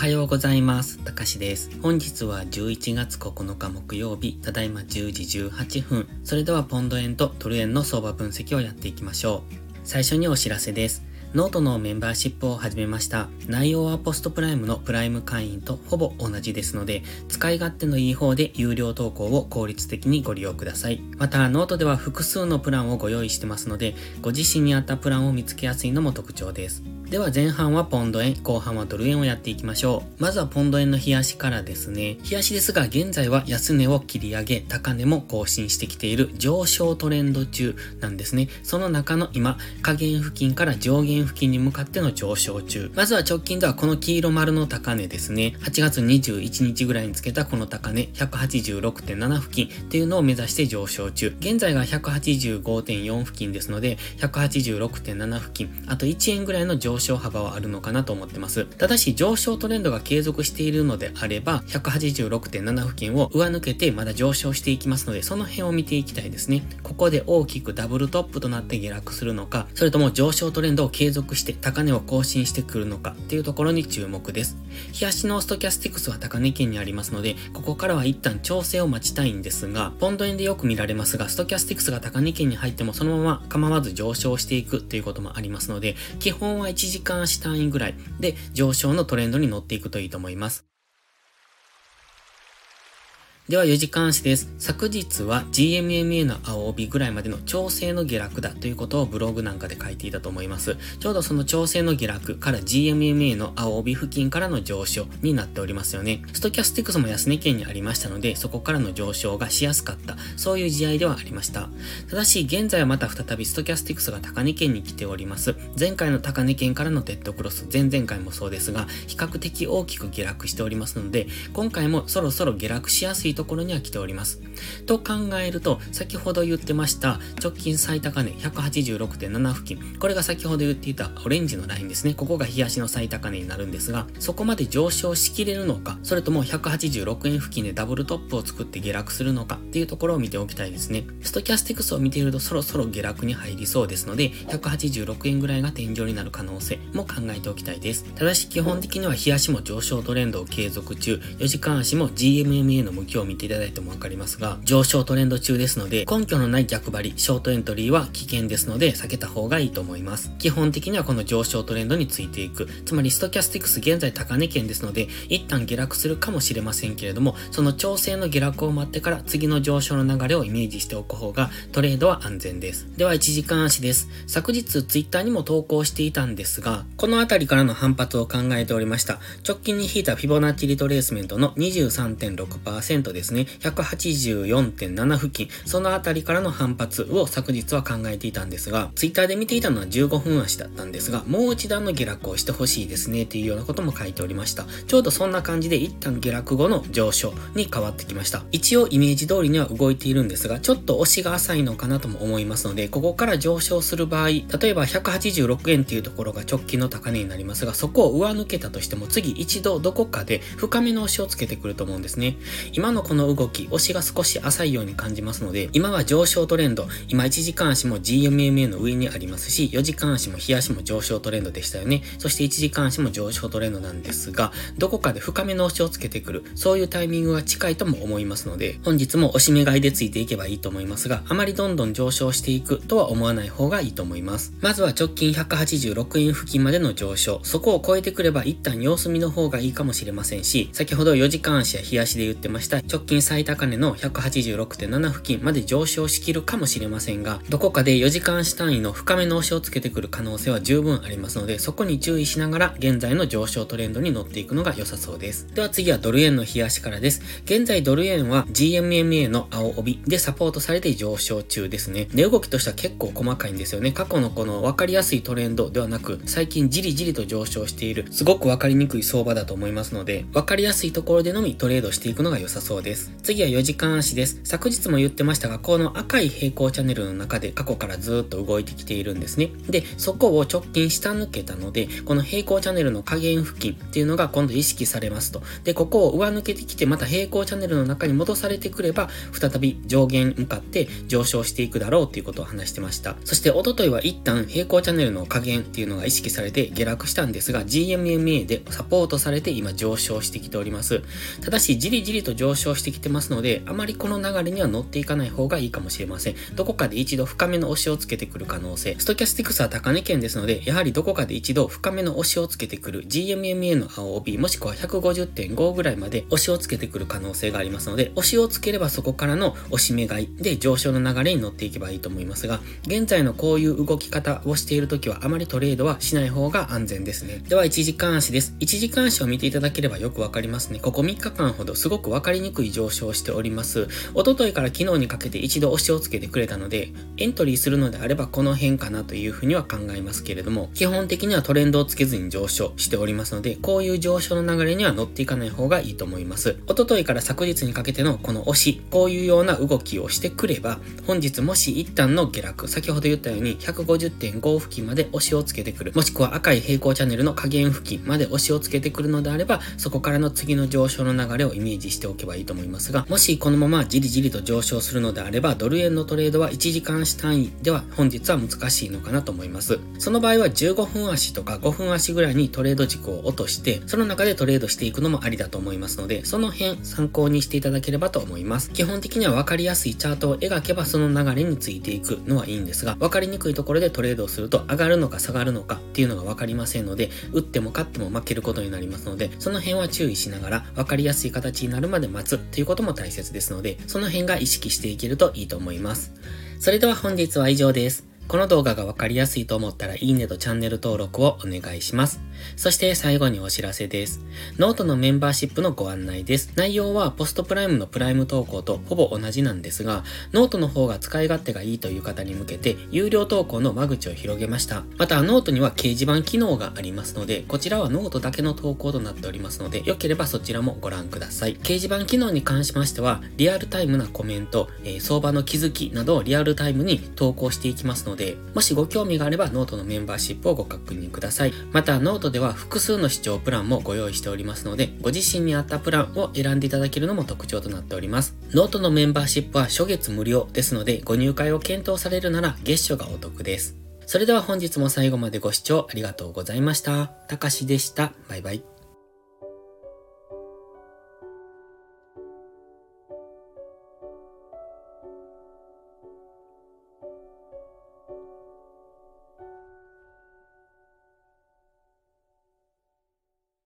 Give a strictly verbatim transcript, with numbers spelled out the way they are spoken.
はようございます。たかしです。本日はじゅういちがつここのか木曜日、ただいまじゅうじじゅうはっぷん。それではポンド円とドル円の相場分析をやっていきましょう。最初にお知らせです。ノートのメンバーシップを始めました。内容はポストプライムのプライム会員とほぼ同じですので、使い勝手のいい方で有料投稿を効率的にご利用ください。また、ノートでは複数のプランをご用意してますので、ご自身に合ったプランを見つけやすいのも特徴です。では前半はポンド円、後半はドル円をやっていきましょう。まずはポンド円の冷やしからですね。冷やしですが現在は安値を切り上げ、高値も更新してきている上昇トレンド中なんですね。その中の今、下限付近から上限付近に向かっての上昇中。まずは直近ではこの黄色丸の高値ですね。はちがつにじゅういちにちぐらいにつけたこの高値、ひゃくはちじゅうろくてんなな 付近っていうのを目指して上昇中。現在が ひゃくはちじゅうごてんよん 付近ですので、ひゃくはちじゅうろくてんなな 付近、あといちえんぐらいの上昇幅はあるのかなと思ってます。ただし上昇トレンドが継続しているのであれば ひゃくはちじゅうろくてんなな 付近を上抜けてまだ上昇していきますので、その辺を見ていきたいですね。ここで大きくダブルトップとなって下落するのか、それとも上昇トレンドを継続して高値を更新してくるのかっていうところに注目です。日足のストキャスティクスは高値圏にありますので、ここからは一旦調整を待ちたいんですが、ポンド円でよく見られますが、ストキャスティクスが高値圏に入ってもそのまま構わず上昇していくっていうこともありますので、基本はいちじかん足単位ぐらいで上昇のトレンドに乗っていくといいと思います。ではよじかん足です。昨日は ジーエムエムエー の青帯ぐらいまでの調整の下落だということをブログなんかで書いていたと思います。ちょうどその調整の下落から ジーエムエムエー の青帯付近からの上昇になっておりますよね。ストキャスティクスも安値圏にありましたので、そこからの上昇がしやすかった、そういう試合ではありました。ただし現在はまた再びストキャスティクスが高値圏に来ております。前回の高値圏からのデッドクロス、前々回もそうですが、比較的大きく下落しておりますので、今回もそろそろ下落しやすいところには来ております。と考えると、先ほど言ってました直近最高値 ひゃくはちじゅうろくてんなな 付近、これが先ほど言っていたオレンジのラインですね。ここが日足の最高値になるんですが、そこまで上昇しきれるのか、それともひゃくはちじゅうろくえん付近でダブルトップを作って下落するのかっていうところを見ておきたいですね。ストキャスティクスを見ているとそろそろ下落に入りそうですので、ひゃくはちじゅうろくえんぐらいが天井になる可能性も考えておきたいです。ただし基本的には日足も上昇トレンドを継続中、よじかん足も ジーエムエムエー の向きを見ていただいてもわかりますが、上昇トレンド中ですので、根拠のない逆張り、ショートエントリーは危険ですので避けた方がいいと思います。基本的にはこの上昇トレンドについていく。つまりストキャスティクス現在高値圏ですので、一旦下落するかもしれませんけれども、その調整の下落を待ってから次の上昇の流れをイメージしておく方がトレードは安全です。ではいちじかん足です。昨日ツイッターにも投稿していたんですが、このあたりからの反発を考えておりました。直近に引いたフィボナッチリトレースメントの にじゅうさんてんろくパーセント ですね。ひゃくはちじゅうよんてんなな 付近、そのあたりからの反発を昨日は考えていたんですが、ツイッターで見ていたのはじゅうごふん足だったんですが、もう一段の下落をしてほしいですねっていうようなことも書いておりました。ちょうどそんな感じで一旦下落後の上昇に変わってきました。一応イメージ通りには動いているんですが、ちょっと押しが浅いのかなとも思いますので、ここから上昇する場合、例えばひゃくはちじゅうろくえんっていうところが直近の高値になりますが、そこを上抜けたとしても次一度どこかで深めの押しをつけてくると思うんですね。今のこの動き、押しが少し浅いように感じますので、今は上昇トレンド、今いちじかん足も ジーエムエムエー の上にありますし、よじかん足も日足も上昇トレンドでしたよね。そしていちじかん足も上昇トレンドなんですが、どこかで深めの押しをつけてくる、そういうタイミングが近いとも思いますので、本日も押し目買いでついていけばいいと思いますが、あまりどんどん上昇していくとは思わない方がいいと思います。まずは直近ひゃくはちじゅうろくえん付近までの上昇、そこを超えてくれば一旦様子見の方がいいかもしれませんし、先ほどよじかん足や日足で言ってました直近最高値の ひゃくはちじゅうろくてんなな 付近まで上昇しきるかもしれませんが、どこかでよじかん足単位の深めの押しをつけてくる可能性は十分ありますので、そこに注意しながら現在の上昇トレンドに乗っていくのが良さそうです。では次はドル円の日足からです。現在ドル円は ジーエムエムエー の青帯でサポートされて上昇中ですね。値動きとしては結構細かいんですよね。過去のこの分かりやすいトレンドではなく、最近じりじりと上昇している、すごく分かりにくい相場だと思いますので、分かりやすいところでのみトレードしていくのが良さそうです。 そうです。次はよじかん足です。昨日も言ってましたが、この赤い平行チャンネルの中で過去からずっと動いてきているんですね。で、そこを直近下抜けたので、この平行チャンネルの下限付近っていうのが今度意識されますと。で、ここを上抜けてきて、また平行チャンネルの中に戻されてくれば、再び上限向かって上昇していくだろうっていうことを話してました。そして、一昨日は一旦平行チャンネルの下限っていうのが意識されて下落したんですが、ジーエムエムエー でサポートされて今上昇してきております。ただし、じりじりと上昇してきてますので、あまりこの流れには乗っていかない方がいいかもしれません。どこかで一度深めの押しをつけてくる可能性。ストキャスティクスは高値圏ですので、やはりどこかで一度深めの押しをつけてくる ジーエムエムエー の青帯、もしくは ひゃくごじゅってんご ぐらいまで押しをつけてくる可能性がありますので、押しをつければそこからの押し目買いで上昇の流れに乗っていけばいいと思いますが、現在のこういう動き方をしているときはあまりトレードはしない方が安全ですね。では、いちじかん足です。いちじかん足を見ていただければよくわかりますね。ここみっかかんほどすごくわかりにくい上昇をしております。一昨日から昨日にかけて一度押しをつけてくれたので、エントリーするのであればこの辺かなというふうには考えますけれども、基本的にはトレンドをつけずに上昇しておりますので、こういう上昇の流れには乗っていかない方がいいと思います。一昨日から昨日にかけてのこの押し、こういうような動きをしてくれば、本日もし一旦の下落、先ほど言ったように ひゃくごじゅってんご 付近まで押しをつけてくる、もしくは赤い平行チャンネルの下限付近まで押しをつけてくるのであれば、そこからの次の上昇の流れをイメージしておけばいいと思いますが、もしこのままじりじりと上昇するのであれば、ドル円のトレードはいちじかん足単位では本日は難しいのかなと思います。その場合はじゅうごふん足とかごふん足ぐらいにトレード軸を落として、その中でトレードしていくのもありだと思いますので、その辺参考にしていただければと思います。基本的には分かりやすいチャートを描けばその流れについていくのはいいんですが、分かりにくいところでトレードをすると上がるのか下がるのかっていうのが分かりませんので、打っても勝っても負けることになりますので、その辺は注意しながら分かりやすい形になるまで待つということも大切ですので、その辺が意識していけるといいと思います。それでは本日は以上です。この動画がわかりやすいと思ったらいいねとチャンネル登録をお願いします。そして最後にお知らせです。ノートのメンバーシップのご案内です。内容はポストプライムのプライム投稿とほぼ同じなんですが、ノートの方が使い勝手がいいという方に向けて有料投稿の間口を広げました。またノートには掲示板機能がありますので、こちらはノートだけの投稿となっておりますので、よければそちらもご覧ください。掲示板機能に関しましては、リアルタイムなコメント、えー、相場の気づきなどをリアルタイムに投稿していきますので、もしご興味があればノートのメンバーシップをご確認ください。またノートでは複数の視聴プランもご用意しておりますので、ご自身に合ったプランを選んでいただけるのも特徴となっております。ノートのメンバーシップは初月無料ですので、ご入会を検討されるなら月初がお得です。それでは本日も最後までご視聴ありがとうございました。たかしでした。バイバイ。